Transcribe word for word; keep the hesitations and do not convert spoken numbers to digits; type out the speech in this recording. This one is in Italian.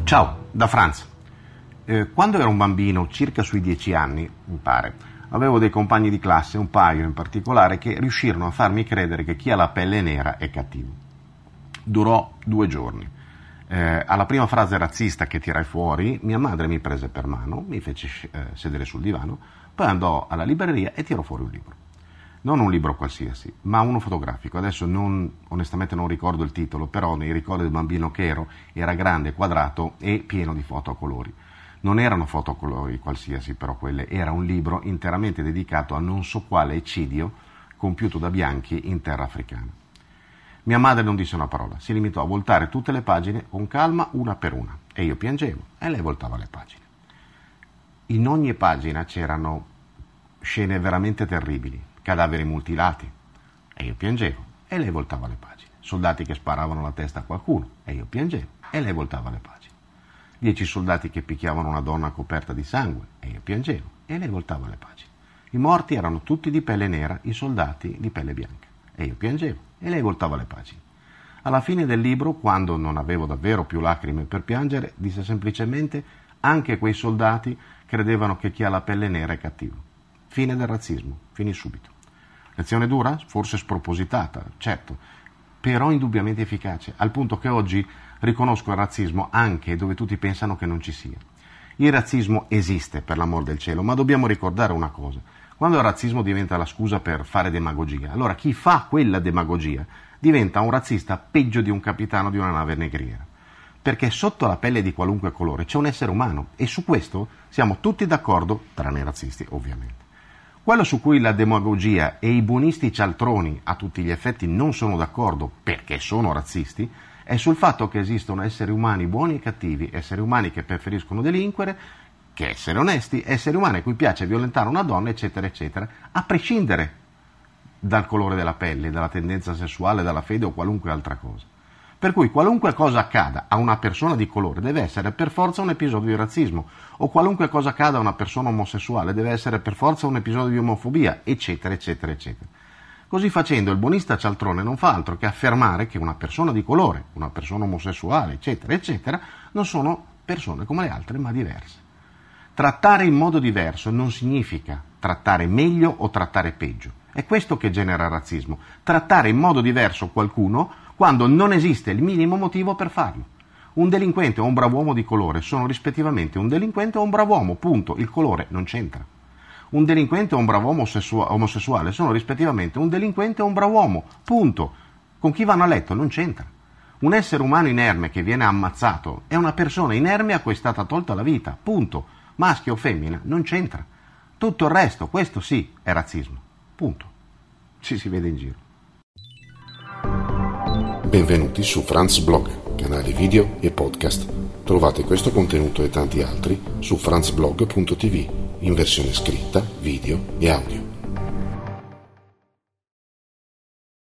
Ciao, da Franz. Eh, quando ero un bambino, circa sui dieci anni, mi pare, avevo dei compagni di classe, un paio in particolare, che riuscirono a farmi credere che chi ha la pelle nera è cattivo. Durò due giorni. Eh, alla prima frase razzista che tirai fuori, mia madre mi prese per mano, mi fece eh, sedere sul divano, poi andò alla libreria e tirò fuori un libro. Non un libro qualsiasi, ma uno fotografico. Adesso non, onestamente non ricordo il titolo, però nei ricordi del bambino che ero, era grande, quadrato e pieno di foto a colori. Non erano foto a colori qualsiasi, però quelle, era un libro interamente dedicato a non so quale eccidio compiuto da bianchi in terra africana. Mia madre non disse una parola, si limitò a voltare tutte le pagine con calma, una per una, e io piangevo e lei voltava le pagine. In ogni pagina c'erano scene veramente terribili, cadaveri mutilati, e io piangevo e lei voltava le pagine. Soldati che sparavano la testa a qualcuno, e io piangevo e lei voltava le pagine. Dieci soldati che picchiavano una donna coperta di sangue, e io piangevo e lei voltava le pagine. I morti erano tutti di pelle nera, i soldati di pelle bianca, e io piangevo e lei voltava le pagine. Alla fine del libro, quando non avevo davvero più lacrime per piangere, disse semplicemente: anche quei soldati credevano che chi ha la pelle nera è cattivo. Fine del razzismo, finì subito. Lezione dura? Forse spropositata, certo, però indubbiamente efficace, al punto che oggi riconosco il razzismo anche dove tutti pensano che non ci sia. Il razzismo esiste, per l'amor del cielo, ma dobbiamo ricordare una cosa. Quando il razzismo diventa la scusa per fare demagogia, allora chi fa quella demagogia diventa un razzista peggio di un capitano di una nave negriera. Perché sotto la pelle di qualunque colore c'è un essere umano, e su questo siamo tutti d'accordo, tranne i razzisti ovviamente. Quello su cui la demagogia e i buonisti cialtroni a tutti gli effetti non sono d'accordo perché sono razzisti è sul fatto che esistono esseri umani buoni e cattivi, esseri umani che preferiscono delinquere che essere onesti, esseri umani a cui piace violentare una donna, eccetera, eccetera, a prescindere dal colore della pelle, dalla tendenza sessuale, dalla fede o qualunque altra cosa. Per cui qualunque cosa accada a una persona di colore deve essere per forza un episodio di razzismo, o qualunque cosa accada a una persona omosessuale deve essere per forza un episodio di omofobia, eccetera, eccetera, eccetera. Così facendo il buonista cialtrone non fa altro che affermare che una persona di colore, una persona omosessuale, eccetera, eccetera, non sono persone come le altre, ma diverse. Trattare in modo diverso non significa trattare meglio o trattare peggio. È questo che genera razzismo, trattare in modo diverso qualcuno quando non esiste il minimo motivo per farlo. Un delinquente o un brav'uomo di colore sono rispettivamente un delinquente o un brav'uomo, punto. Il colore non c'entra. Un delinquente o un brav'uomo omosessuale sono rispettivamente un delinquente o un brav'uomo, punto. Con chi vanno a letto non c'entra. Un essere umano inerme che viene ammazzato è una persona inerme a cui è stata tolta la vita, punto. Maschio o femmina non c'entra. Tutto il resto, questo sì, è razzismo, punto. Ci si vede in giro. Benvenuti su Franz Blog, canale video e podcast. Trovate questo contenuto e tanti altri su franzblog punto tv in versione scritta, video e audio.